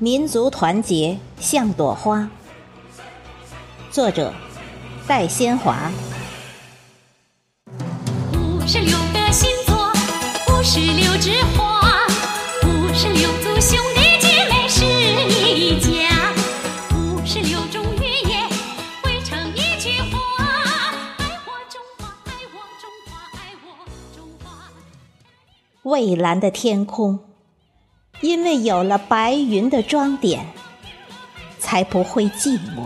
民族团结像朵花，作者戴先华。 56个星座，56枝花，56族兄弟姐妹是一家，56种语言汇成一句话：爱我中华，爱我中华，爱我中华。 蔚蓝的天空，因为有了白云的装点，才不会寂寞。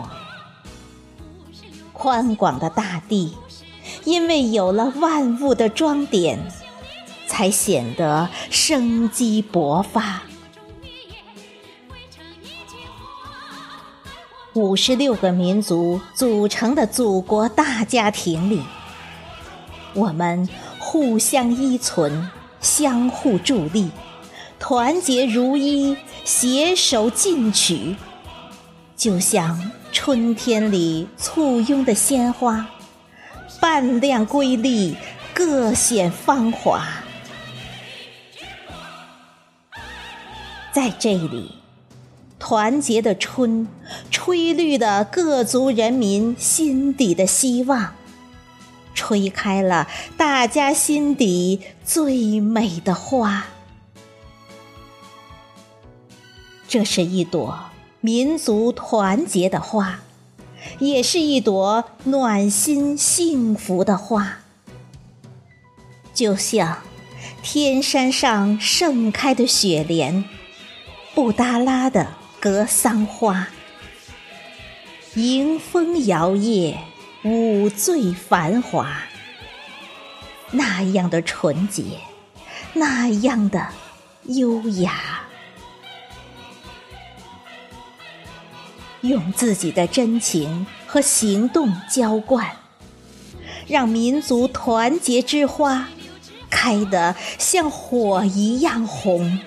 宽广的大地，因为有了万物的装点，才显得生机勃发。56个民族组成的祖国大家庭里，我们互相依存，相互助力，团结如一，携手进取，就像春天里簇拥的鲜花，半亮瑰丽，各显芳华。在这里，团结的春吹绿了各族人民心底的希望，吹开了大家心底最美的花。这是一朵民族团结的花，也是一朵暖心幸福的花。就像天山上盛开的雪莲，布达拉的格桑花，迎风摇曳，舞醉繁华，那样的纯洁，那样的优雅。用自己的真情和行动浇灌，让民族团结之花开得像火一样红。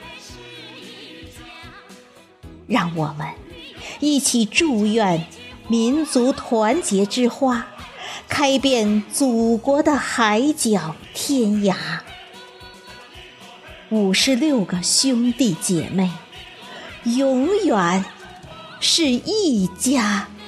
让我们一起祝愿民族团结之花开遍祖国的海角天涯。56个兄弟姐妹，永远是一家。